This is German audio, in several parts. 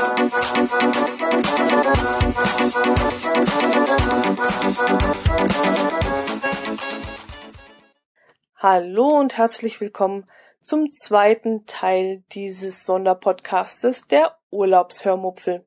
Hallo und herzlich willkommen zum zweiten Teil dieses Sonderpodcastes, der Urlaubshörmupfel.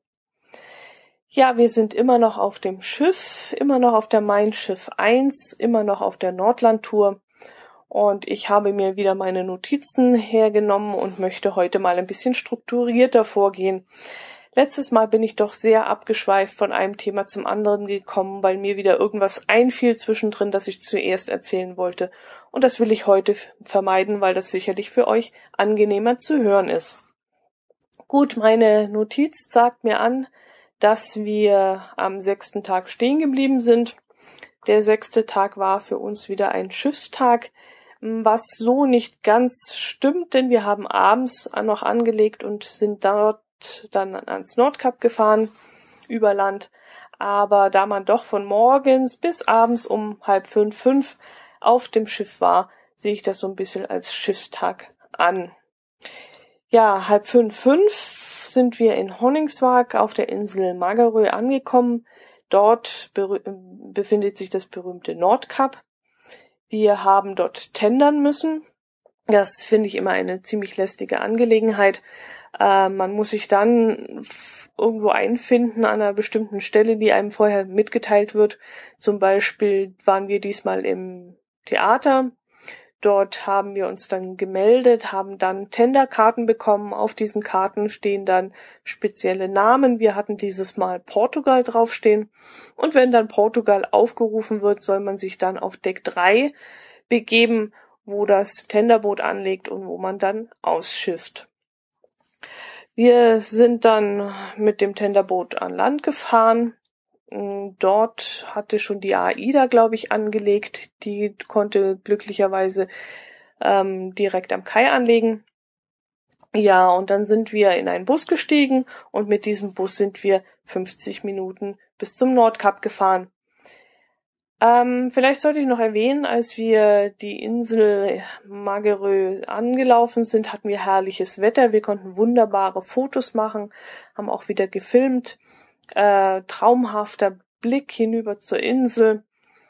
Ja, wir sind immer noch auf dem Schiff, immer noch auf der Mein Schiff 1, immer noch auf der Nordlandtour. Und ich habe mir wieder meine Notizen hergenommen und möchte heute mal ein bisschen strukturierter vorgehen. Letztes Mal bin ich doch sehr abgeschweift von einem Thema zum anderen gekommen, weil mir wieder irgendwas einfiel zwischendrin, das ich zuerst erzählen wollte. Und das will ich heute vermeiden, weil das sicherlich für euch angenehmer zu hören ist. Gut, meine Notiz sagt mir an, dass wir am 6. Tag stehen geblieben sind. Der 6. Tag war für uns wieder ein Schiffstag, was so nicht ganz stimmt, denn wir haben abends noch angelegt und sind dort dann ans Nordkap gefahren, über Land. Aber da man doch von morgens bis abends um 4:30 auf dem Schiff war, sehe ich das so ein bisschen als Schiffstag an. Ja, 4:30 sind wir in Honningsvåg auf der Insel Magerö angekommen. Dort befindet sich das berühmte Nordkap. Wir haben dort tendern müssen. Das finde ich immer eine ziemlich lästige Angelegenheit. Man muss sich dann irgendwo einfinden an einer bestimmten Stelle, die einem vorher mitgeteilt wird. Zum Beispiel waren wir diesmal im Theater. Dort haben wir uns dann gemeldet, haben dann Tenderkarten bekommen. Auf diesen Karten stehen dann spezielle Namen. Wir hatten dieses Mal Portugal draufstehen. Und wenn dann Portugal aufgerufen wird, soll man sich dann auf Deck 3 begeben, wo das Tenderboot anlegt und wo man dann ausschifft. Wir sind dann mit dem Tenderboot an Land gefahren. Dort hatte schon die AIDA, glaube ich, angelegt. Die konnte glücklicherweise direkt am Kai anlegen. Ja, und dann sind wir in einen Bus gestiegen und mit diesem Bus sind wir 50 Minuten bis zum Nordkap gefahren. Vielleicht sollte ich noch erwähnen, als wir die Insel Magerö angelaufen sind, hatten wir herrliches Wetter. Wir konnten wunderbare Fotos machen, haben auch wieder gefilmt. Traumhafter Blick hinüber zur Insel.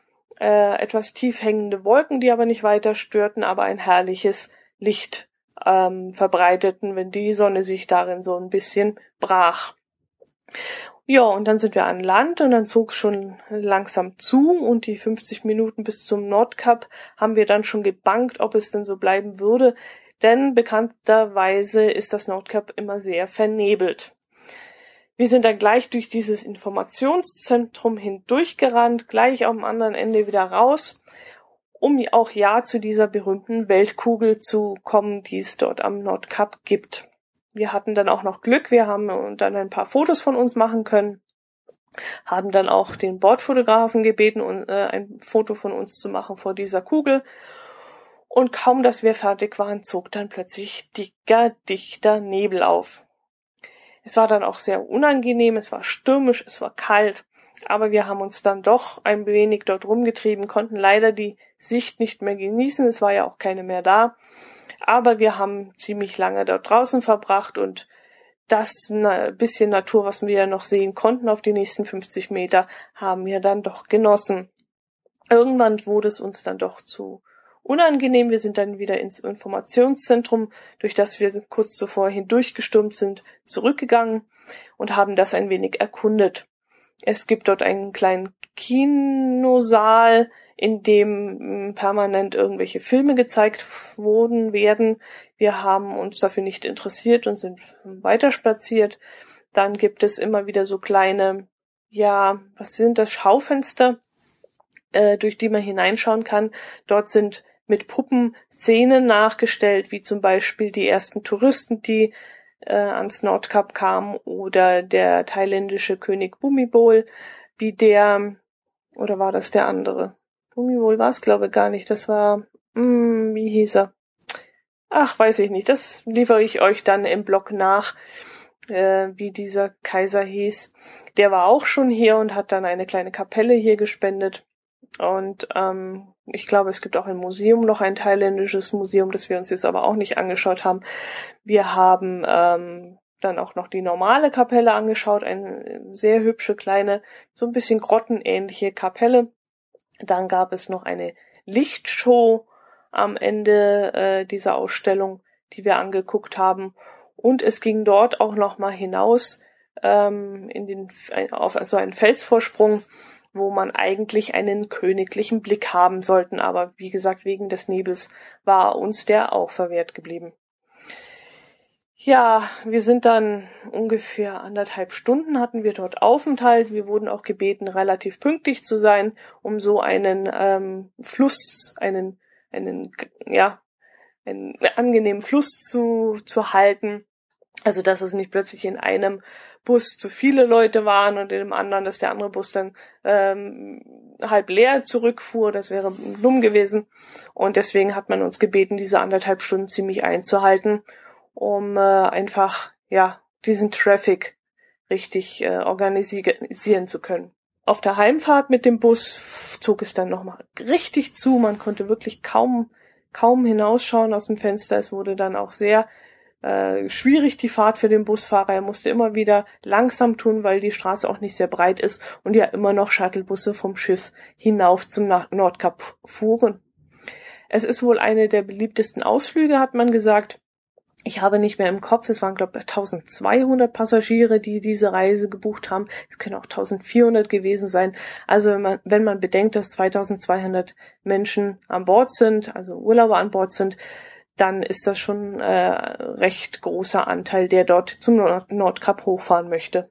Etwas tief hängende Wolken, die aber nicht weiter störten, aber ein herrliches Licht verbreiteten, wenn die Sonne sich darin so ein bisschen brach. Ja, und dann sind wir an Land und dann zog es schon langsam zu und die 50 Minuten bis zum Nordkap haben wir dann schon gebangt, ob es denn so bleiben würde, denn bekannterweise ist das Nordkap immer sehr vernebelt. Wir sind dann gleich durch dieses Informationszentrum hindurchgerannt, gleich am anderen Ende wieder raus, um auch ja zu dieser berühmten Weltkugel zu kommen, die es dort am Nordkap gibt. Wir hatten dann auch noch Glück, wir haben dann ein paar Fotos von uns machen können, haben dann auch den Bordfotografen gebeten, ein Foto von uns zu machen vor dieser Kugel. Und kaum, dass wir fertig waren, zog dann plötzlich dichter Nebel auf. Es war dann auch sehr unangenehm, es war stürmisch, es war kalt, aber wir haben uns dann doch ein wenig dort rumgetrieben, konnten leider die Sicht nicht mehr genießen, es war ja auch keine mehr da. Aber wir haben ziemlich lange dort draußen verbracht und das bisschen Natur, was wir ja noch sehen konnten auf die nächsten 50 Meter, haben wir dann doch genossen. Irgendwann wurde es uns dann doch zu unangenehm. Wir sind dann wieder ins Informationszentrum, durch das wir kurz zuvor hindurchgestürmt sind, zurückgegangen und haben das ein wenig erkundet. Es gibt dort einen kleinen Kinosaal, in dem permanent irgendwelche Filme gezeigt werden. Wir haben uns dafür nicht interessiert und sind weiter spaziert. Dann gibt es immer wieder so kleine, ja, was sind das, Schaufenster, durch die man hineinschauen kann. Dort sind mit Puppen Szenen nachgestellt, wie zum Beispiel die ersten Touristen, die ans Nordkap kamen, oder der thailändische König Bhumibol, wie der, oder war das der andere? Bhumibol war es, glaube ich, gar nicht. Das war, wie hieß er? Ach, weiß ich nicht. Das liefere ich euch dann im Blog nach, wie dieser Kaiser hieß. Der war auch schon hier und hat dann eine kleine Kapelle hier gespendet. Und ich glaube, es gibt auch ein Museum, noch ein thailändisches Museum, das wir uns jetzt aber auch nicht angeschaut haben. Wir haben dann auch noch die normale Kapelle angeschaut, eine sehr hübsche kleine, so ein bisschen grottenähnliche Kapelle. Dann gab es noch eine Lichtshow am Ende dieser Ausstellung, die wir angeguckt haben. Und es ging dort auch noch mal hinaus auf so einen Felsvorsprung, wo man eigentlich einen königlichen Blick haben sollten. Aber wie gesagt, wegen des Nebels war uns der auch verwehrt geblieben. Ja, wir sind dann ungefähr 1,5 Stunden hatten wir dort Aufenthalt. Wir wurden auch gebeten, relativ pünktlich zu sein, um so einen Fluss, einen angenehmen Fluss zu halten. Also, dass es nicht plötzlich in einem Bus zu viele Leute waren und in dem anderen, dass der andere Bus dann halb leer zurückfuhr. Das wäre dumm gewesen. Und deswegen hat man uns gebeten, diese 1,5 Stunden ziemlich einzuhalten, um einfach diesen Traffic richtig organisieren zu können. Auf der Heimfahrt mit dem Bus zog es dann nochmal richtig zu. Man konnte wirklich kaum hinausschauen aus dem Fenster. Es wurde dann auch sehr schwierig, die Fahrt für den Busfahrer. Er musste immer wieder langsam tun, weil die Straße auch nicht sehr breit ist und ja immer noch Shuttlebusse vom Schiff hinauf zum Nordkap fuhren. Es ist wohl eine der beliebtesten Ausflüge, hat man gesagt. Ich habe nicht mehr im Kopf, es waren, glaube ich, 1200 Passagiere, die diese Reise gebucht haben. Es können auch 1400 gewesen sein. Also wenn man bedenkt, dass 2200 Menschen an Bord sind, also Urlauber an Bord sind, dann ist das schon recht großer Anteil, der dort zum Nordkap hochfahren möchte.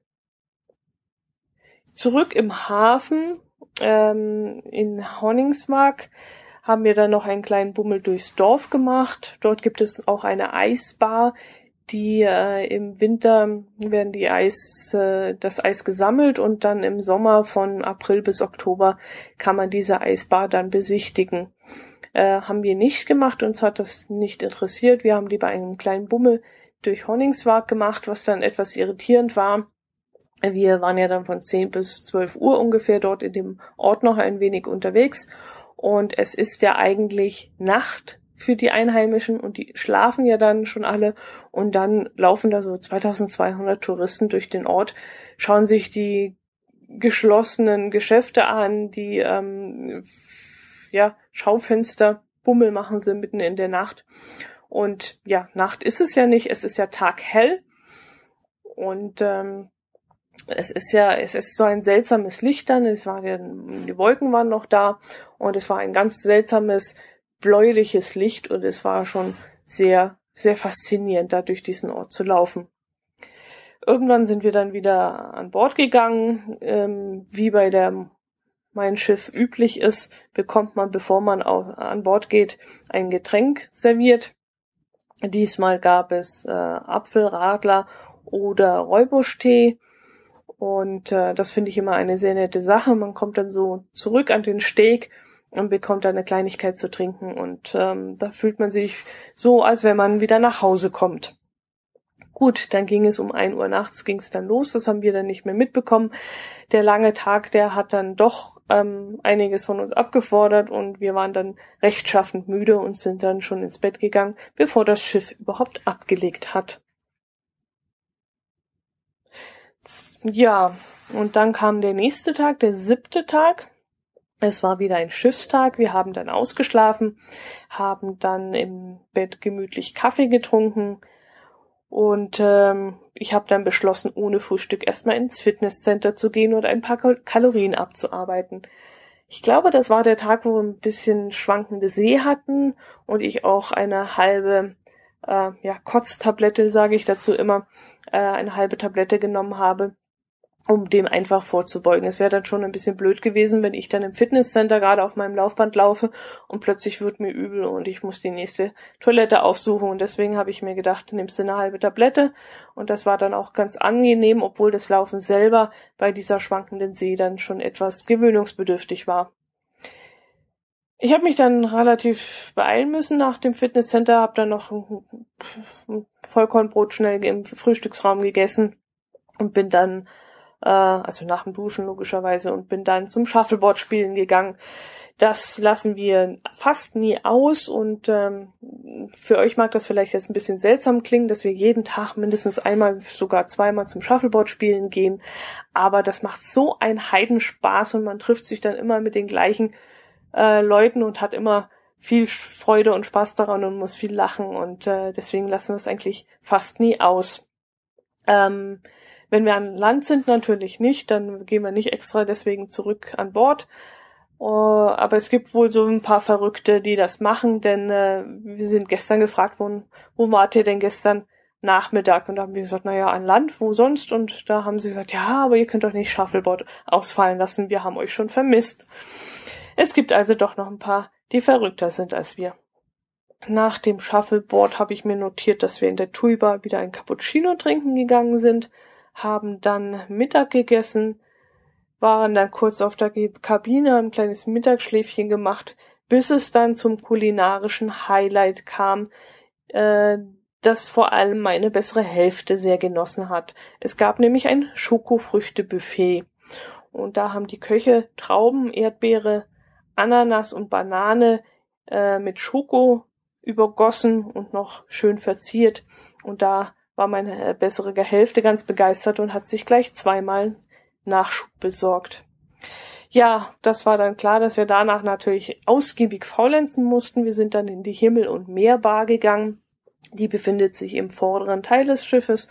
Zurück im Hafen in Honningsvåg haben wir dann noch einen kleinen Bummel durchs Dorf gemacht. Dort gibt es auch eine Eisbar, die im Winter werden das Eis gesammelt und dann im Sommer von April bis Oktober kann man diese Eisbar dann besichtigen. Haben wir nicht gemacht, uns hat das nicht interessiert. Wir haben lieber einen kleinen Bummel durch Honningsvåg gemacht, was dann etwas irritierend war. Wir waren ja dann von 10 bis 12 Uhr ungefähr dort in dem Ort noch ein wenig unterwegs. Und es ist ja eigentlich Nacht für die Einheimischen und die schlafen ja dann schon alle. Und dann laufen da so 2200 Touristen durch den Ort, schauen sich die geschlossenen Geschäfte an, die Schaufenster, Bummel machen sie mitten in der Nacht. Und ja, Nacht ist es ja nicht, es ist ja taghell. Und es ist so ein seltsames Licht dann, die Wolken waren noch da und es war ein ganz seltsames, bläuliches Licht und es war schon sehr, sehr faszinierend, da durch diesen Ort zu laufen. Irgendwann sind wir dann wieder an Bord gegangen, wie bei mein Schiff üblich ist, bekommt man, bevor man an Bord geht, ein Getränk serviert. Diesmal gab es Apfelradler oder Räubuschtee. Und das finde ich immer eine sehr nette Sache. Man kommt dann so zurück an den Steg und bekommt dann eine Kleinigkeit zu trinken. Und da fühlt man sich so, als wenn man wieder nach Hause kommt. Gut, dann ging es um 1 Uhr nachts, ging es dann los. Das haben wir dann nicht mehr mitbekommen. Der lange Tag, der hat dann doch einiges von uns abgefordert und wir waren dann rechtschaffend müde und sind dann schon ins Bett gegangen, bevor das Schiff überhaupt abgelegt hat. Ja, und dann kam der nächste Tag, der 7. Tag. Es war wieder ein Schiffstag. Wir haben dann ausgeschlafen, haben dann im Bett gemütlich Kaffee getrunken und ich habe dann beschlossen, ohne Frühstück erstmal ins Fitnesscenter zu gehen und ein paar Kalorien abzuarbeiten. Ich glaube, das war der Tag, wo wir ein bisschen schwankende See hatten und ich auch eine halbe Kotztablette, sage ich dazu immer, eine halbe Tablette genommen habe, um dem einfach vorzubeugen. Es wäre dann schon ein bisschen blöd gewesen, wenn ich dann im Fitnesscenter gerade auf meinem Laufband laufe und plötzlich wird mir übel und ich muss die nächste Toilette aufsuchen. Und deswegen habe ich mir gedacht, nimmst du eine halbe Tablette. Und das war dann auch ganz angenehm, obwohl das Laufen selber bei dieser schwankenden See dann schon etwas gewöhnungsbedürftig war. Ich habe mich dann relativ beeilen müssen nach dem Fitnesscenter, habe dann noch ein Vollkornbrot schnell im Frühstücksraum gegessen und bin dann, also nach dem Duschen logischerweise, und bin dann zum Shuffleboard spielen gegangen. Das lassen wir fast nie aus und für euch mag das vielleicht jetzt ein bisschen seltsam klingen, dass wir jeden Tag mindestens einmal, sogar zweimal zum Shuffleboard spielen gehen, aber das macht so einen Heidenspaß und man trifft sich dann immer mit den gleichen Leuten und hat immer viel Freude und Spaß daran und muss viel lachen und deswegen lassen wir es eigentlich fast nie aus. Wenn wir an Land sind, natürlich nicht, dann gehen wir nicht extra deswegen zurück an Bord. Aber es gibt wohl so ein paar Verrückte, die das machen, denn wir sind gestern gefragt worden, wo wart ihr denn gestern Nachmittag? Und da haben wir gesagt, naja, an Land, wo sonst? Und da haben sie gesagt, ja, aber ihr könnt doch nicht Shuffleboard ausfallen lassen, wir haben euch schon vermisst. Es gibt also doch noch ein paar, die verrückter sind als wir. Nach dem Shuffleboard habe ich mir notiert, dass wir in der TUI-Bar wieder ein Cappuccino trinken gegangen sind, haben dann Mittag gegessen, waren dann kurz auf der Kabine, haben ein kleines Mittagsschläfchen gemacht, bis es dann zum kulinarischen Highlight kam, das vor allem meine bessere Hälfte sehr genossen hat. Es gab nämlich ein Schokofrüchtebuffet und da haben die Köche Trauben, Erdbeere, Ananas und Banane mit Schoko übergossen und noch schön verziert und da war meine bessere Hälfte ganz begeistert und hat sich gleich zweimal Nachschub besorgt. Ja, das war dann klar, dass wir danach natürlich ausgiebig faulenzen mussten. Wir sind dann in die Himmel- und Meerbar gegangen. Die befindet sich im vorderen Teil des Schiffes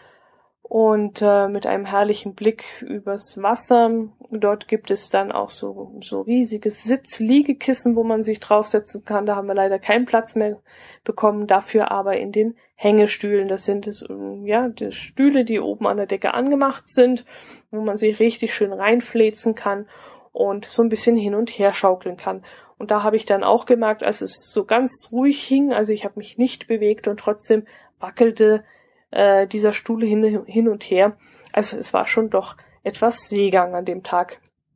und mit einem herrlichen Blick übers Wasser. Dort gibt es dann auch so riesiges Sitzliegekissen, wo man sich draufsetzen kann. Da haben wir leider keinen Platz mehr bekommen, dafür aber in den Hängestühlen. Das sind die Stühle, die oben an der Decke angemacht sind, wo man sich richtig schön reinfläzen kann und so ein bisschen hin und her schaukeln kann. Und da habe ich dann auch gemerkt, als es so ganz ruhig hing, also ich habe mich nicht bewegt und trotzdem wackelte dieser Stuhl hin und her. Also es war schon doch etwas Seegang an dem Tag.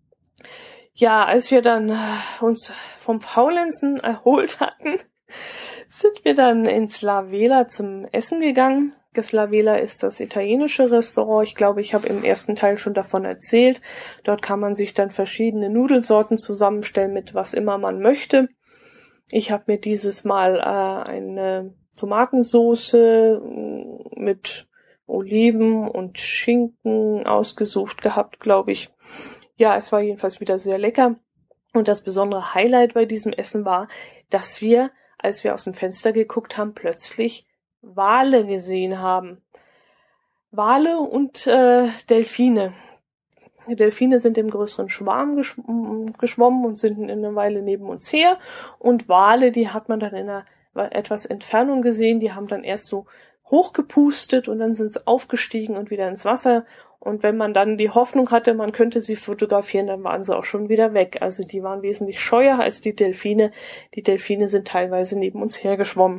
Ja, als wir dann uns vom Faulenzen erholt hatten, sind wir dann ins La Vela zum Essen gegangen. Das La Vela ist das italienische Restaurant. Ich glaube, ich habe im ersten Teil schon davon erzählt. Dort kann man sich dann verschiedene Nudelsorten zusammenstellen mit was immer man möchte. Ich habe mir dieses Mal eine Tomatensoße mit Oliven und Schinken ausgesucht gehabt, glaube ich. Ja, es war jedenfalls wieder sehr lecker. Und das besondere Highlight bei diesem Essen war, dass wir, als wir aus dem Fenster geguckt haben, plötzlich Wale gesehen haben. Wale und Delfine. Die Delfine sind im größeren Schwarm geschwommen und sind eine Weile neben uns her. Und Wale, die hat man dann in einer etwas Entfernung gesehen. Die haben dann erst so hochgepustet und dann sind sie aufgestiegen und wieder ins Wasser. Und wenn man dann die Hoffnung hatte, man könnte sie fotografieren, dann waren sie auch schon wieder weg. Also die waren wesentlich scheuer als die Delfine. Die Delfine sind teilweise neben uns hergeschwommen.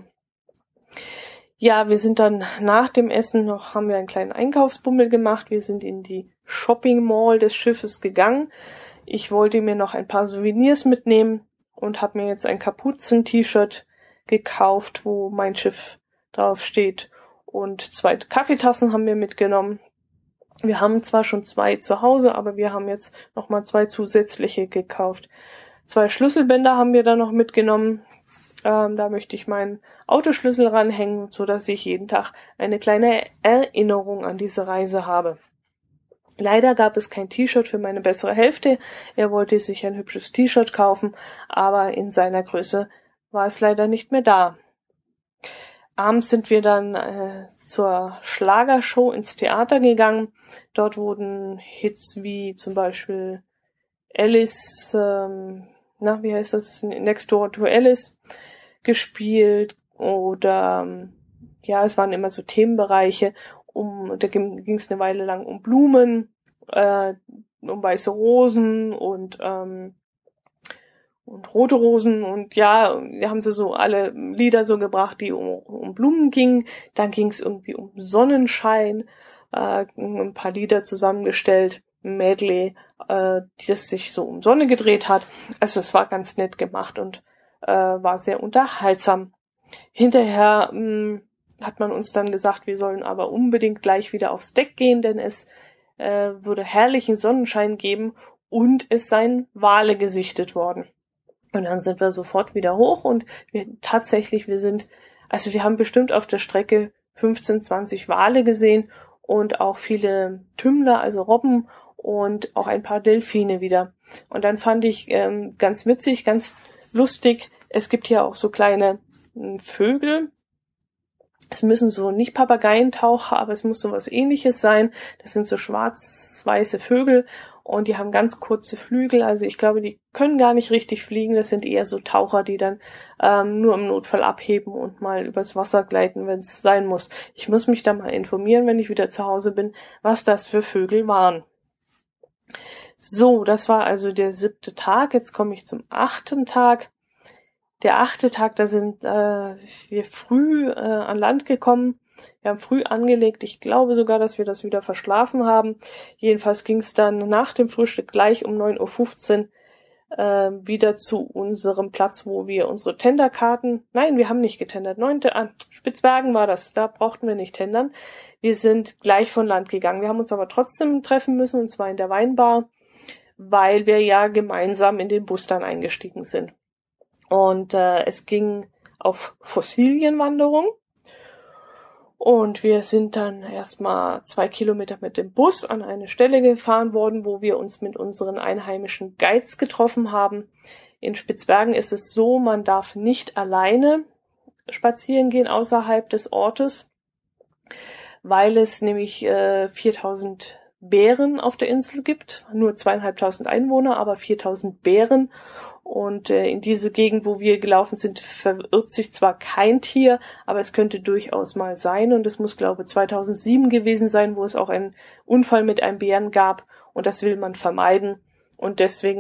Ja, wir sind dann nach dem Essen haben wir einen kleinen Einkaufsbummel gemacht. Wir sind in die Shopping Mall des Schiffes gegangen. Ich wollte mir noch ein paar Souvenirs mitnehmen und habe mir jetzt ein Kapuzen-T-Shirt gekauft, wo mein Schiff drauf steht. Und 2 Kaffeetassen haben wir mitgenommen. Wir haben zwar schon 2 zu Hause, aber wir haben jetzt nochmal 2 zusätzliche gekauft. 2 Schlüsselbänder haben wir dann noch mitgenommen. Da möchte ich meinen Autoschlüssel ranhängen, so dass ich jeden Tag eine kleine Erinnerung an diese Reise habe. Leider gab es kein T-Shirt für meine bessere Hälfte. Er wollte sich ein hübsches T-Shirt kaufen, aber in seiner Größe war es leider nicht mehr da. Abends sind wir dann zur Schlagershow ins Theater gegangen. Dort wurden Hits wie zum Beispiel Alice, wie heißt das? Next Door to Alice gespielt oder es waren immer so Themenbereiche. Da ging es eine Weile lang um Blumen, um weiße Rosen und rote Rosen und ja, wir haben so alle Lieder so gebracht, die um Blumen gingen. Dann ging es irgendwie um Sonnenschein, ein paar Lieder zusammengestellt, ein Medley, das sich so um Sonne gedreht hat. Also es war ganz nett gemacht und war sehr unterhaltsam. Hinterher hat man uns dann gesagt, wir sollen aber unbedingt gleich wieder aufs Deck gehen, denn es würde herrlichen Sonnenschein geben und es seien Wale gesichtet worden. Und dann sind wir sofort wieder hoch und wir haben bestimmt auf der Strecke 15, 20 Wale gesehen und auch viele Tümmler, also Robben und auch ein paar Delfine wieder. Und dann fand ich ganz witzig, ganz lustig, es gibt hier auch so kleine Vögel. Es müssen so nicht Papageientaucher, aber es muss so was Ähnliches sein. Das sind so schwarz-weiße Vögel und die haben ganz kurze Flügel. Also ich glaube, die können gar nicht richtig fliegen. Das sind eher so Taucher, die dann nur im Notfall abheben und mal übers Wasser gleiten, wenn es sein muss. Ich muss mich da mal informieren, wenn ich wieder zu Hause bin, was das für Vögel waren. So, das war also der 7. Tag. Jetzt komme ich zum 8. Tag. Der 8. Tag, da sind wir früh an Land gekommen. Wir haben früh angelegt. Ich glaube sogar, dass wir das wieder verschlafen haben. Jedenfalls ging es dann nach dem Frühstück gleich um 9:15 Uhr wieder zu unserem Platz, wo wir unsere Tenderkarten... Nein, wir haben nicht getendert. Spitzbergen war das. Da brauchten wir nicht tendern. Wir sind gleich von Land gegangen. Wir haben uns aber trotzdem treffen müssen, und zwar in der Weinbar, weil wir ja gemeinsam in den Bus dann eingestiegen sind. Und es ging auf Fossilienwanderung und wir sind dann erstmal 2 Kilometer mit dem Bus an eine Stelle gefahren worden, wo wir uns mit unseren einheimischen Guides getroffen haben. In Spitzbergen ist es so, man darf nicht alleine spazieren gehen außerhalb des Ortes, weil es nämlich 4000 Bären auf der Insel gibt. Nur 2500 Einwohner, aber 4000 Bären. Und in diese Gegend, wo wir gelaufen sind, verirrt sich zwar kein Tier, aber es könnte durchaus mal sein. Und es muss, glaube ich, 2007 gewesen sein, wo es auch einen Unfall mit einem Bären gab. Und das will man vermeiden. Und deswegen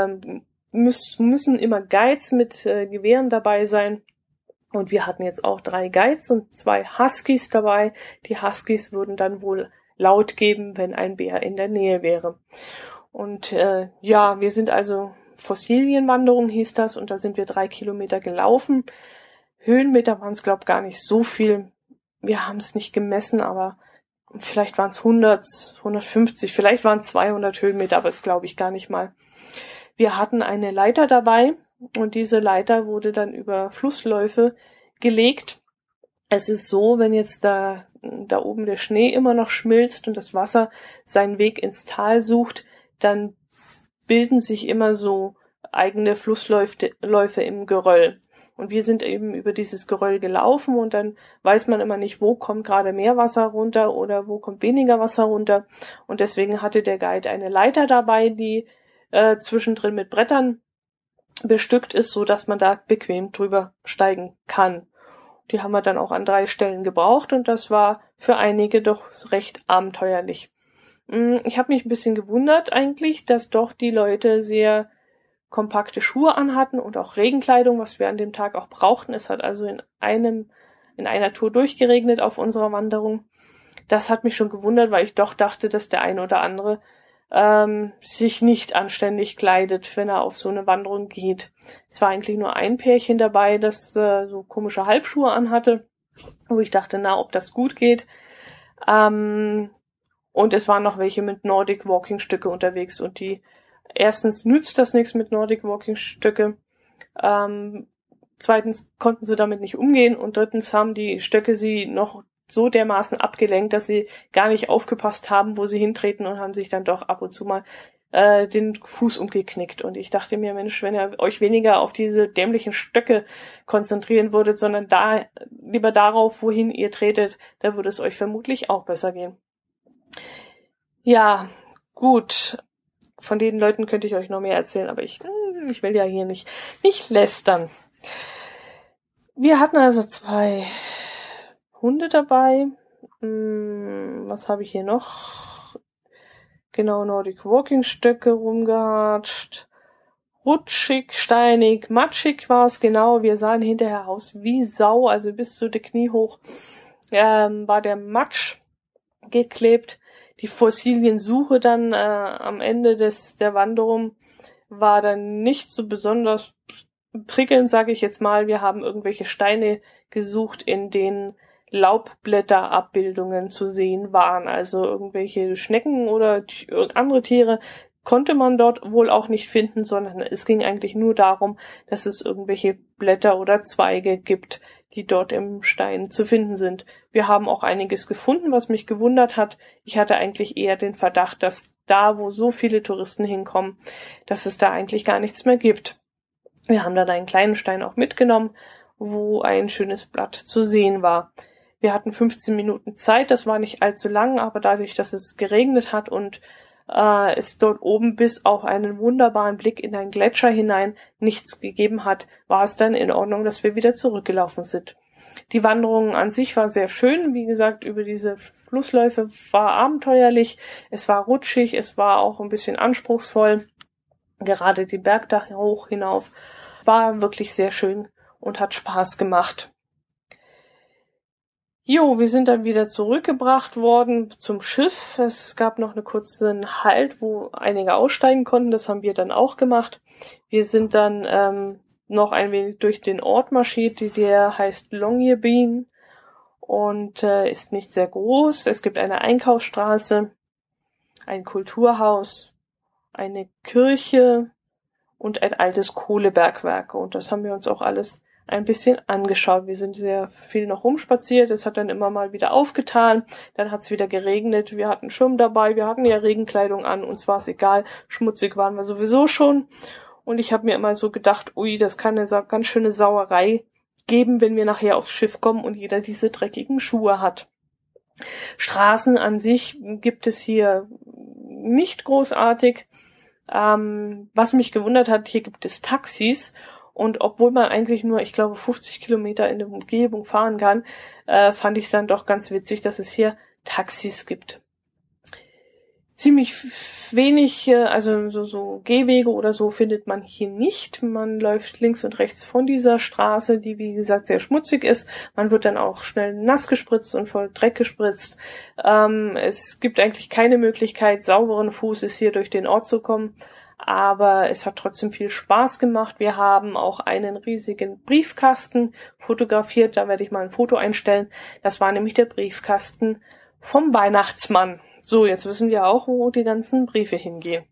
müssen immer Guides mit Gewehren dabei sein. Und wir hatten jetzt auch 3 Guides und 2 Huskies dabei. Die Huskies würden dann wohl laut geben, wenn ein Bär in der Nähe wäre. Und wir sind also... Fossilienwanderung hieß das, und da sind wir 3 Kilometer gelaufen. Höhenmeter waren es, glaube ich, gar nicht so viel. Wir haben es nicht gemessen, aber vielleicht waren es 100, 150, vielleicht waren es 200 Höhenmeter, aber das glaube ich gar nicht mal. Wir hatten eine Leiter dabei und diese Leiter wurde dann über Flussläufe gelegt. Es ist so, wenn jetzt da oben der Schnee immer noch schmilzt und das Wasser seinen Weg ins Tal sucht, dann bilden sich immer so eigene Flussläufe im Geröll. Und wir sind eben über dieses Geröll gelaufen und dann weiß man immer nicht, wo kommt gerade mehr Wasser runter oder wo kommt weniger Wasser runter. Und deswegen hatte der Guide eine Leiter dabei, die zwischendrin mit Brettern bestückt ist, so dass man da bequem drüber steigen kann. Die haben wir dann auch an 3 Stellen gebraucht und das war für einige doch recht abenteuerlich. Ich habe mich ein bisschen gewundert eigentlich, dass doch die Leute sehr kompakte Schuhe anhatten und auch Regenkleidung, was wir an dem Tag auch brauchten. Es hat also in einer Tour durchgeregnet auf unserer Wanderung. Das hat mich schon gewundert, weil ich doch dachte, dass der eine oder andere sich nicht anständig kleidet, wenn er auf so eine Wanderung geht. Es war eigentlich nur ein Pärchen dabei, das so komische Halbschuhe anhatte, wo ich dachte, ob das gut geht. Und es waren noch welche mit Nordic Walking Stöcke unterwegs und erstens nützt das nichts mit Nordic Walking Stöcke, zweitens konnten sie damit nicht umgehen und drittens haben die Stöcke sie noch so dermaßen abgelenkt, dass sie gar nicht aufgepasst haben, wo sie hintreten und haben sich dann doch ab und zu mal den Fuß umgeknickt. Und ich dachte mir, Mensch, wenn ihr euch weniger auf diese dämlichen Stöcke konzentrieren würdet, sondern lieber darauf, wohin ihr tretet, da würde es euch vermutlich auch besser gehen. Ja, gut. Von den Leuten könnte ich euch noch mehr erzählen, aber ich will ja hier nicht lästern. Wir hatten also 2 Hunde dabei. Was habe ich hier noch? Genau, Nordic Walking Stöcke rumgehatscht. Rutschig, steinig, matschig war es, genau. Wir sahen hinterher aus wie Sau, also bis zu den Knie hoch war der Matsch geklebt. Die Fossiliensuche dann am Ende der Wanderung war dann nicht so besonders prickelnd, sage ich jetzt mal. Wir haben irgendwelche Steine gesucht, in denen Laubblätterabbildungen zu sehen waren, also irgendwelche Schnecken oder andere Tiere, konnte man dort wohl auch nicht finden, sondern es ging eigentlich nur darum, dass es irgendwelche Blätter oder Zweige gibt, die dort im Stein zu finden sind. Wir haben auch einiges gefunden, was mich gewundert hat. Ich hatte eigentlich eher den Verdacht, dass da, wo so viele Touristen hinkommen, dass es da eigentlich gar nichts mehr gibt. Wir haben dann einen kleinen Stein auch mitgenommen, wo ein schönes Blatt zu sehen war. Wir hatten 15 Minuten Zeit, das war nicht allzu lang, aber dadurch, dass es geregnet hat und es dort oben bis auf einen wunderbaren Blick in einen Gletscher hinein nichts gegeben hat, war es dann in Ordnung, dass wir wieder zurückgelaufen sind. Die Wanderung an sich war sehr schön, wie gesagt, über diese Flussläufe war abenteuerlich, es war rutschig, es war auch ein bisschen anspruchsvoll, gerade die Bergdach hoch hinauf, war wirklich sehr schön und hat Spaß gemacht. Jo, wir sind dann wieder zurückgebracht worden zum Schiff. Es gab noch einen kurzen Halt, wo einige aussteigen konnten. Das haben wir dann auch gemacht. Wir sind dann noch ein wenig durch den Ort marschiert. Der heißt Longyearbyen und ist nicht sehr groß. Es gibt eine Einkaufsstraße, ein Kulturhaus, eine Kirche und ein altes Kohlebergwerk. Und das haben wir uns auch alles ein bisschen angeschaut. Wir sind sehr viel noch rumspaziert. Es hat dann immer mal wieder aufgetan. Dann hat es wieder geregnet. Wir hatten Schirm dabei. Wir hatten ja Regenkleidung an. Uns war es egal. Schmutzig waren wir sowieso schon. Und ich habe mir immer so gedacht, ui, das kann eine ganz schöne Sauerei geben, wenn wir nachher aufs Schiff kommen und jeder diese dreckigen Schuhe hat. Straßen an sich gibt es hier nicht großartig. Was mich gewundert hat, hier gibt es Taxis. Und obwohl man eigentlich nur, ich glaube, 50 Kilometer in der Umgebung fahren kann, fand ich es dann doch ganz witzig, dass es hier Taxis gibt. Ziemlich wenig, also so Gehwege oder so findet man hier nicht. Man läuft links und rechts von dieser Straße, die wie gesagt sehr schmutzig ist. Man wird dann auch schnell nass gespritzt und voll Dreck gespritzt. Es gibt eigentlich keine Möglichkeit, sauberen Fußes hier durch den Ort zu kommen. Aber es hat trotzdem viel Spaß gemacht. Wir haben auch einen riesigen Briefkasten fotografiert. Da werde ich mal ein Foto einstellen. Das war nämlich der Briefkasten vom Weihnachtsmann. So, jetzt wissen wir auch, wo die ganzen Briefe hingehen.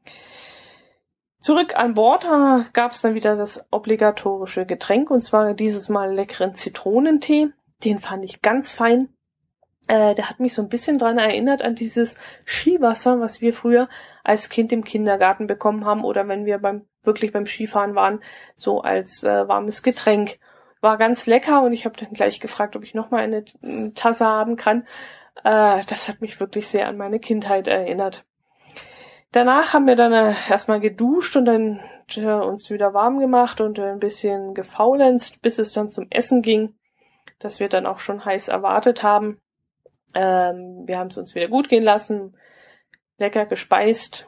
Zurück an Bord gab es dann wieder das obligatorische Getränk, und zwar dieses Mal leckeren Zitronentee. Den fand ich ganz fein. Der hat mich so ein bisschen dran erinnert an dieses Skiwasser, was wir früher als Kind im Kindergarten bekommen haben oder wenn wir wirklich beim Skifahren waren, so als warmes Getränk. War ganz lecker und ich habe dann gleich gefragt, ob ich nochmal eine Tasse haben kann. Das hat mich wirklich sehr an meine Kindheit erinnert. Danach haben wir dann erstmal geduscht und dann uns wieder warm gemacht und ein bisschen gefaulenzt, bis es dann zum Essen ging, das wir dann auch schon heiß erwartet haben. Wir haben es uns wieder gut gehen lassen, lecker gespeist.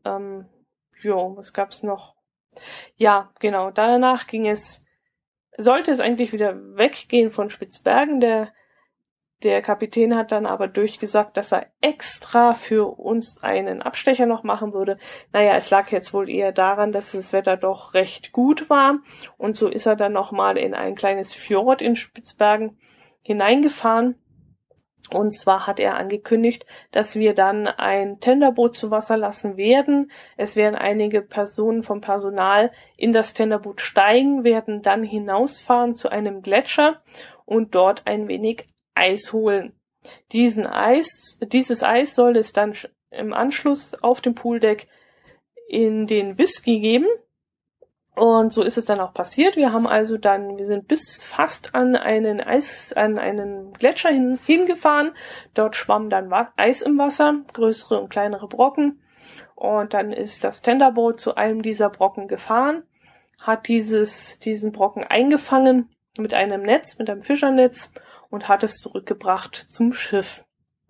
Was gab's noch? Ja, genau, danach sollte es eigentlich wieder weggehen von Spitzbergen. Der Kapitän hat dann aber durchgesagt, dass er extra für uns einen Abstecher noch machen würde. Naja, es lag jetzt wohl eher daran, dass das Wetter doch recht gut war. Und so ist er dann nochmal in ein kleines Fjord in Spitzbergen hineingefahren. Und zwar hat er angekündigt, dass wir dann ein Tenderboot zu Wasser lassen werden. Es werden einige Personen vom Personal in das Tenderboot steigen, werden dann hinausfahren zu einem Gletscher und dort ein wenig Eis holen. Dieses Eis soll es dann im Anschluss auf dem Pooldeck in den Whisky geben. Und so ist es dann auch passiert. Wir sind bis fast an einen Gletscher hingefahren. Dort schwamm dann Eis im Wasser, größere und kleinere Brocken. Und dann ist das Tenderboot zu einem dieser Brocken gefahren, hat diesen Brocken eingefangen mit einem Fischernetz und hat es zurückgebracht zum Schiff.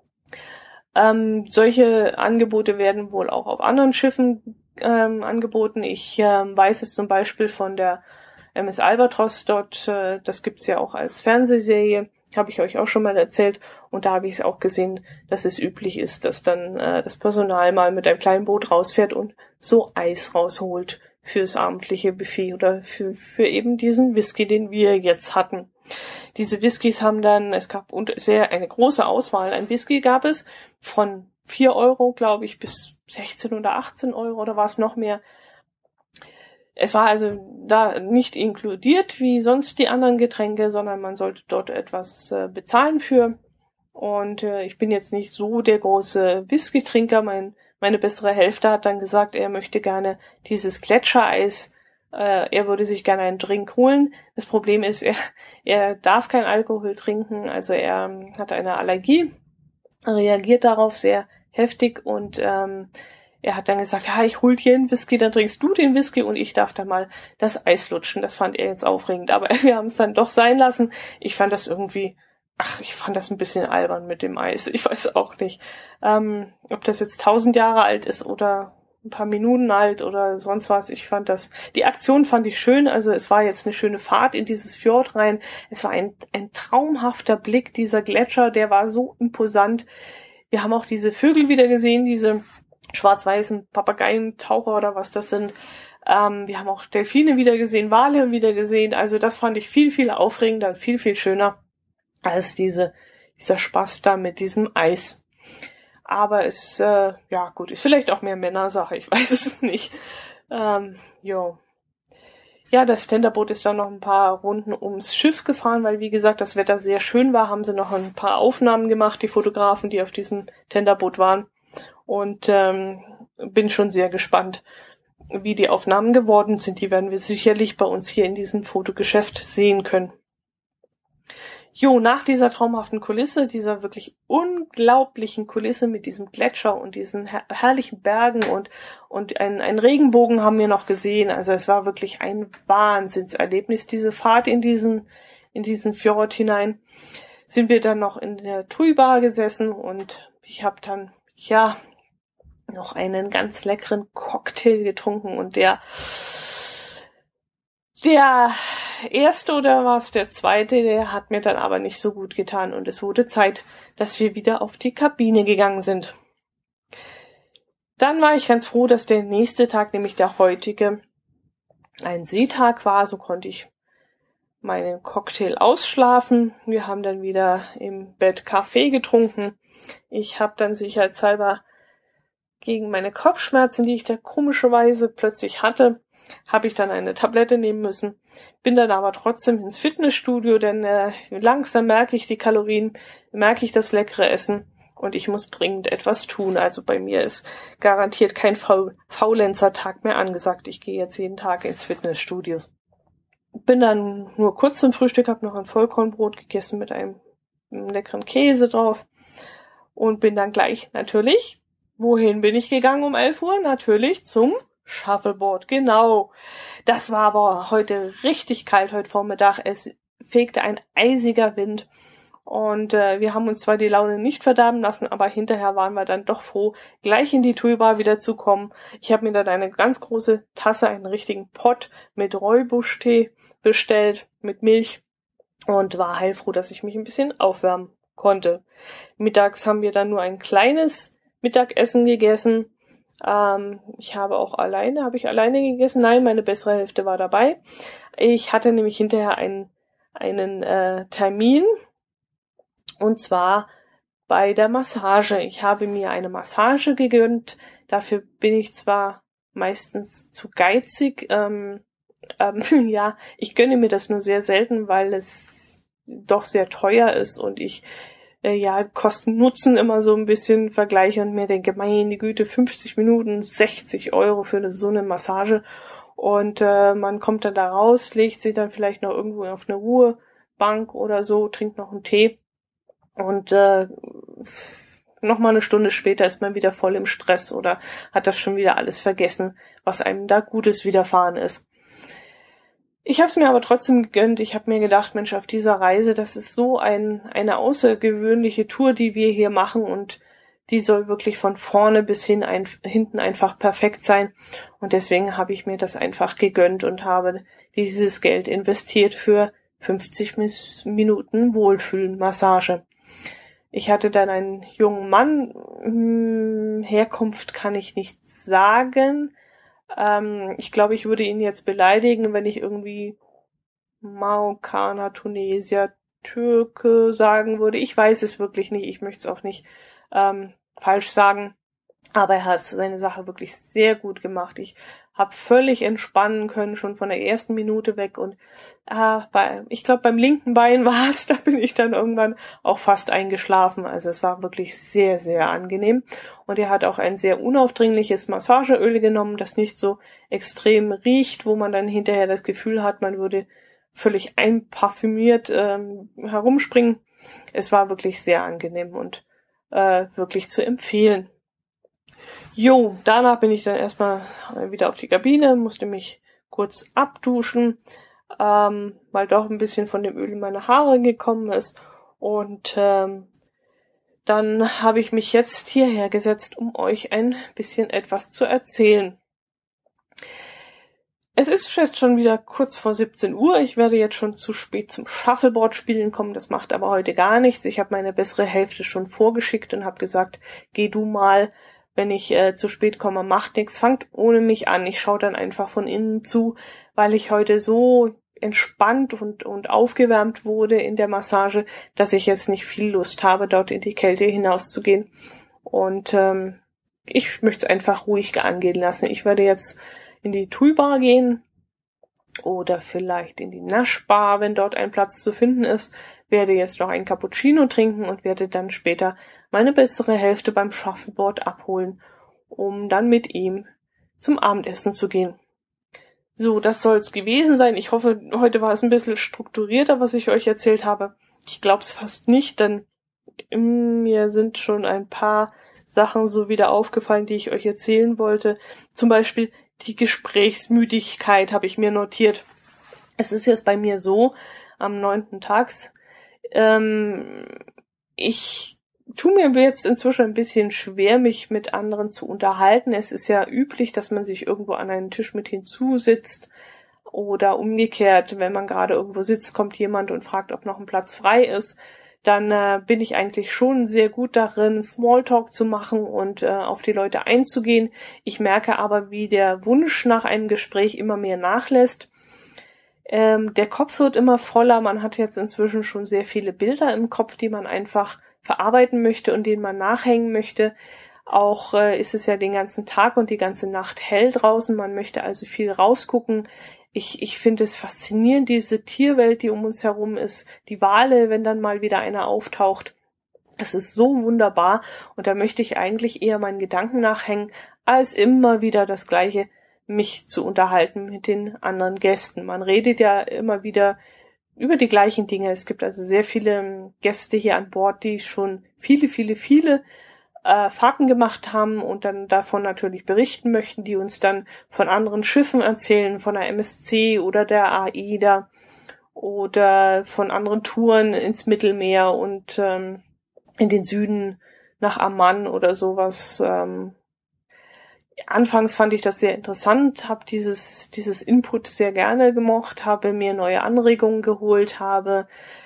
Solche Angebote werden wohl auch auf anderen Schiffen angeboten. Ich weiß es zum Beispiel von der MS Albatros dort, das gibt's ja auch als Fernsehserie, habe ich euch auch schon mal erzählt, und da habe ich es auch gesehen, dass es üblich ist, dass dann das Personal mal mit einem kleinen Boot rausfährt und so Eis rausholt fürs abendliche Buffet oder für eben diesen Whisky, den wir jetzt hatten. Diese Whiskys haben dann, es gab eine große Auswahl an Whisky gab es, von 4 Euro, glaube ich, bis 16 oder 18 Euro oder war es noch mehr. Es war also da nicht inkludiert wie sonst die anderen Getränke, sondern man sollte dort etwas bezahlen für. Und ich bin jetzt nicht so der große Whisky-Trinker. Meine bessere Hälfte hat dann gesagt, er möchte gerne dieses Gletschereis. Er würde sich gerne einen Drink holen. Das Problem ist, er darf kein Alkohol trinken. Also er hat eine Allergie, reagiert darauf sehr heftig und er hat dann gesagt, ja, ich hol dir einen Whisky, dann trinkst du den Whisky und ich darf da mal das Eis lutschen. Das fand er jetzt aufregend, aber wir haben es dann doch sein lassen. Ich fand das ein bisschen albern mit dem Eis. Ich weiß auch nicht, ob das jetzt 1000 Jahre alt ist oder ein paar Minuten alt oder sonst was. Die Aktion fand ich schön. Also es war jetzt eine schöne Fahrt in dieses Fjord rein. Es war ein traumhafter Blick. Dieser Gletscher, der war so imposant. Wir haben auch diese Vögel wieder gesehen, diese schwarz-weißen Papageientaucher oder was das sind. Wir haben auch Delfine wieder gesehen, Wale wieder gesehen. Also das fand ich viel, viel aufregender und viel, viel schöner als dieser Spaß da mit diesem Eis. Aber ist vielleicht auch mehr Männersache, ich weiß es nicht. Jo. Ja, das Tenderboot ist dann noch ein paar Runden ums Schiff gefahren, weil wie gesagt, das Wetter sehr schön war, haben sie noch ein paar Aufnahmen gemacht, die Fotografen, die auf diesem Tenderboot waren. Und bin schon sehr gespannt, wie die Aufnahmen geworden sind. Die werden wir sicherlich bei uns hier in diesem Fotogeschäft sehen können. Jo, nach dieser traumhaften Kulisse, dieser wirklich unglaublichen Kulisse mit diesem Gletscher und diesen herrlichen Bergen und einen Regenbogen haben wir noch gesehen. Also es war wirklich ein Wahnsinnserlebnis, diese Fahrt in diesen Fjord hinein. Sind wir dann noch in der TUI Bar gesessen und ich habe dann, noch einen ganz leckeren Cocktail getrunken und der erste oder war es der zweite, der hat mir dann aber nicht so gut getan und es wurde Zeit, dass wir wieder auf die Kabine gegangen sind. Dann war ich ganz froh, dass der nächste Tag, nämlich der heutige, ein Seetag war, so konnte ich meinen Cocktail ausschlafen. Wir haben dann wieder im Bett Kaffee getrunken. Ich habe dann sicherheitshalber gegen meine Kopfschmerzen, die ich da komischerweise plötzlich hatte, habe ich dann eine Tablette nehmen müssen. Bin dann aber trotzdem ins Fitnessstudio, denn langsam merke ich die Kalorien, merke ich das leckere Essen und ich muss dringend etwas tun. Also bei mir ist garantiert kein Faulenzer-Tag mehr angesagt. Ich gehe jetzt jeden Tag ins Fitnessstudio. Bin dann nur kurz zum Frühstück, habe noch ein Vollkornbrot gegessen mit einem leckeren Käse drauf und bin dann gleich natürlich, wohin bin ich gegangen um 11 Uhr? Natürlich zum Shuffleboard, genau. Das war aber heute richtig kalt, heute Vormittag. Es fegte ein eisiger Wind und wir haben uns zwar die Laune nicht verderben lassen, aber hinterher waren wir dann doch froh, gleich in die TUI Bar wieder zu kommen. Ich habe mir dann eine ganz große Tasse, einen richtigen Pott mit Rooibos-Tee bestellt, mit Milch und war heilfroh, dass ich mich ein bisschen aufwärmen konnte. Mittags haben wir dann nur ein kleines Mittagessen gegessen. Habe ich alleine gegessen? Nein, meine bessere Hälfte war dabei. Ich hatte nämlich hinterher einen Termin und zwar bei der Massage. Ich habe mir eine Massage gegönnt. Dafür bin ich zwar meistens zu geizig. Ja, ich gönne mir das nur sehr selten, weil es doch sehr teuer ist und ich Kosten-Nutzen immer so ein bisschen vergleiche und mir denke, meine Güte, 50 Minuten, 60 Euro für so eine Massage. Und man kommt dann da raus, legt sich dann vielleicht noch irgendwo auf eine Ruhebank oder so, trinkt noch einen Tee und noch mal eine Stunde später ist man wieder voll im Stress oder hat das schon wieder alles vergessen, was einem da Gutes widerfahren ist. Ich habe es mir aber trotzdem gegönnt. Ich habe mir gedacht, Mensch, auf dieser Reise, das ist so eine außergewöhnliche Tour, die wir hier machen und die soll wirklich von vorne bis hinten einfach perfekt sein. Und deswegen habe ich mir das einfach gegönnt und habe dieses Geld investiert für 50 Minuten Wohlfühlmassage. Ich hatte dann einen jungen Mann, Herkunft kann ich nicht sagen. Ich glaube, ich würde ihn jetzt beleidigen, wenn ich irgendwie Marokkaner, Tunesier, Türke sagen würde. Ich weiß es wirklich nicht. Ich möchte es auch nicht falsch sagen. Aber er hat seine Sache wirklich sehr gut gemacht. Ich habe völlig entspannen können, schon von der ersten Minute weg. Und ich glaube, beim linken Bein war es, da bin ich dann irgendwann auch fast eingeschlafen. Also es war wirklich sehr, sehr angenehm. Und er hat auch ein sehr unaufdringliches Massageöl genommen, das nicht so extrem riecht, wo man dann hinterher das Gefühl hat, man würde völlig einparfümiert herumspringen. Es war wirklich sehr angenehm und wirklich zu empfehlen. Jo, danach bin ich dann erstmal wieder auf die Kabine, musste mich kurz abduschen, weil doch ein bisschen von dem Öl in meine Haare gekommen ist. Und dann habe ich mich jetzt hierher gesetzt, um euch ein bisschen etwas zu erzählen. Es ist jetzt schon wieder kurz vor 17 Uhr. Ich werde jetzt schon zu spät zum Shuffleboard spielen kommen. Das macht aber heute gar nichts. Ich habe meine bessere Hälfte schon vorgeschickt und habe gesagt, geh du mal. Wenn ich zu spät komme, macht nichts, fangt ohne mich an. Ich schaue dann einfach von innen zu, weil ich heute so entspannt und aufgewärmt wurde in der Massage, dass ich jetzt nicht viel Lust habe, dort in die Kälte hinauszugehen. Und ich möchte es einfach ruhig angehen lassen. Ich werde jetzt in die Toolbar gehen oder vielleicht in die Naschbar, wenn dort ein Platz zu finden ist, werde jetzt noch ein Cappuccino trinken und werde dann später meine bessere Hälfte beim Shuffleboard abholen, um dann mit ihm zum Abendessen zu gehen. So, das soll's gewesen sein. Ich hoffe, heute war es ein bisschen strukturierter, was ich euch erzählt habe. Ich glaube es fast nicht, denn mir sind schon ein paar Sachen so wieder aufgefallen, die ich euch erzählen wollte. Zum Beispiel die Gesprächsmüdigkeit habe ich mir notiert. Es ist jetzt bei mir so, am 9. Tags, ich tue mir jetzt inzwischen ein bisschen schwer, mich mit anderen zu unterhalten. Es ist ja üblich, dass man sich irgendwo an einen Tisch mit hinzusitzt oder umgekehrt, wenn man gerade irgendwo sitzt, kommt jemand und fragt, ob noch ein Platz frei ist. Dann bin ich eigentlich schon sehr gut darin, Smalltalk zu machen und auf die Leute einzugehen. Ich merke aber, wie der Wunsch nach einem Gespräch immer mehr nachlässt. Der Kopf wird immer voller. Man hat jetzt inzwischen schon sehr viele Bilder im Kopf, die man einfach verarbeiten möchte und denen man nachhängen möchte. Auch ist es ja den ganzen Tag und die ganze Nacht hell draußen. Man möchte also viel rausgucken. Ich finde es faszinierend, diese Tierwelt, die um uns herum ist. Die Wale, wenn dann mal wieder einer auftaucht. Das ist so wunderbar. Und da möchte ich eigentlich eher meinen Gedanken nachhängen, als immer wieder das Gleiche, mich zu unterhalten mit den anderen Gästen. Man redet ja immer wieder über die gleichen Dinge. Es gibt also sehr viele Gäste hier an Bord, die schon viele Fahrten gemacht haben und dann davon natürlich berichten möchten, die uns dann von anderen Schiffen erzählen, von der MSC oder der AIDA oder von anderen Touren ins Mittelmeer und in den Süden nach Amman oder sowas. Anfangs fand ich das sehr interessant, habe dieses Input sehr gerne gemocht, habe mir neue Anregungen geholt, habe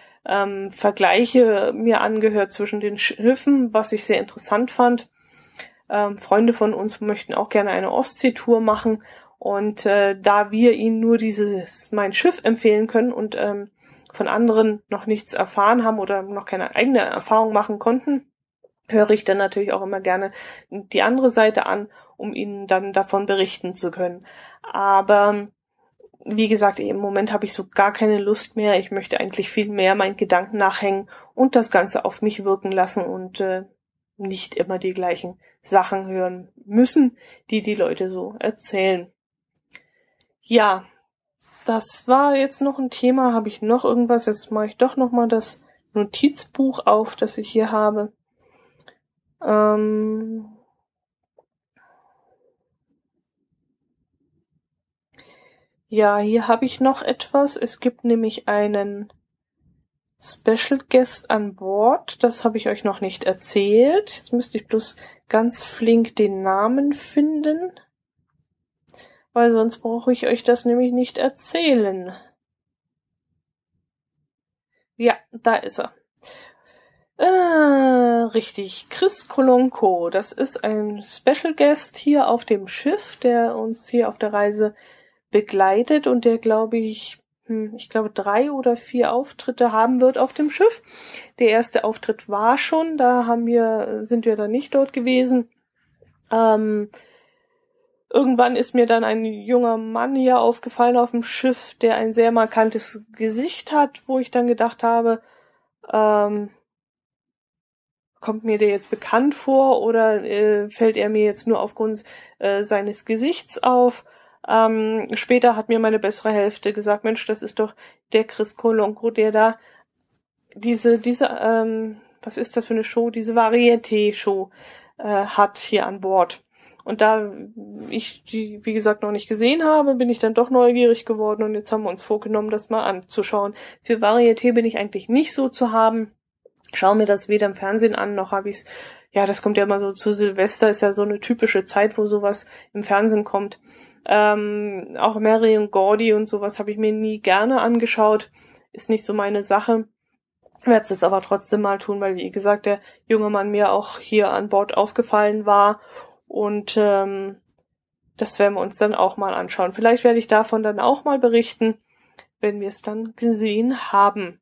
Vergleiche mir angehört zwischen den Schiffen, was ich sehr interessant fand. Freunde von uns möchten auch gerne eine Ostseetour machen und da wir ihnen nur mein Schiff empfehlen können und von anderen noch nichts erfahren haben oder noch keine eigene Erfahrung machen konnten, höre ich dann natürlich auch immer gerne die andere Seite an, um ihnen dann davon berichten zu können. Aber wie gesagt, im Moment habe ich so gar keine Lust mehr. Ich möchte eigentlich viel mehr meinen Gedanken nachhängen und das Ganze auf mich wirken lassen und nicht immer die gleichen Sachen hören müssen, die Leute so erzählen. Ja, das war jetzt noch ein Thema. Habe ich noch irgendwas? Jetzt mache ich doch nochmal das Notizbuch auf, das ich hier habe. Ja, hier habe ich noch etwas. Es gibt nämlich einen Special Guest an Bord. Das habe ich euch noch nicht erzählt. Jetzt müsste ich bloß ganz flink den Namen finden, weil sonst brauche ich euch das nämlich nicht erzählen. Ja, da ist er. Richtig, Chris Kolonko. Das ist ein Special Guest hier auf dem Schiff, der uns hier auf der Reise begleitet und der, glaube ich, ich glaube 3 oder 4 Auftritte haben wird auf dem Schiff. Der erste Auftritt war schon, sind wir dann nicht dort gewesen. Irgendwann ist mir dann ein junger Mann hier aufgefallen auf dem Schiff, der ein sehr markantes Gesicht hat, wo ich dann gedacht habe, kommt mir der jetzt bekannt vor oder fällt er mir jetzt nur aufgrund seines Gesichts auf? Später hat mir meine bessere Hälfte gesagt, Mensch, das ist doch der Chris Kolonko, der da was ist das für eine Show, diese Varieté-Show hat hier an Bord. Und da ich die, wie gesagt, noch nicht gesehen habe, bin ich dann doch neugierig geworden und jetzt haben wir uns vorgenommen, das mal anzuschauen. Für Varieté bin ich eigentlich nicht so zu haben. Schau mir das weder im Fernsehen an, noch habe ich's, ja, das kommt ja immer so zu Silvester, ist ja so eine typische Zeit, wo sowas im Fernsehen kommt. Auch Mary und Gordy und sowas habe ich mir nie gerne angeschaut. Ist nicht so meine Sache. Werde es jetzt aber trotzdem mal tun, weil, wie gesagt, der junge Mann mir auch hier an Bord aufgefallen war. Und das werden wir uns dann auch mal anschauen. Vielleicht werde ich davon dann auch mal berichten, wenn wir es dann gesehen haben.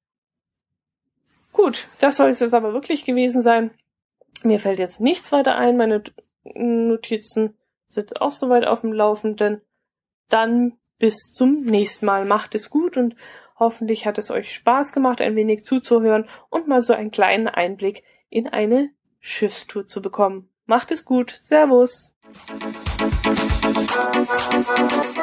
Gut, das soll es jetzt aber wirklich gewesen sein. Mir fällt jetzt nichts weiter ein. Meine Notizen sind auch soweit auf dem Laufenden. Dann bis zum nächsten Mal. Macht es gut und hoffentlich hat es euch Spaß gemacht, ein wenig zuzuhören und mal so einen kleinen Einblick in eine Schiffstour zu bekommen. Macht es gut. Servus.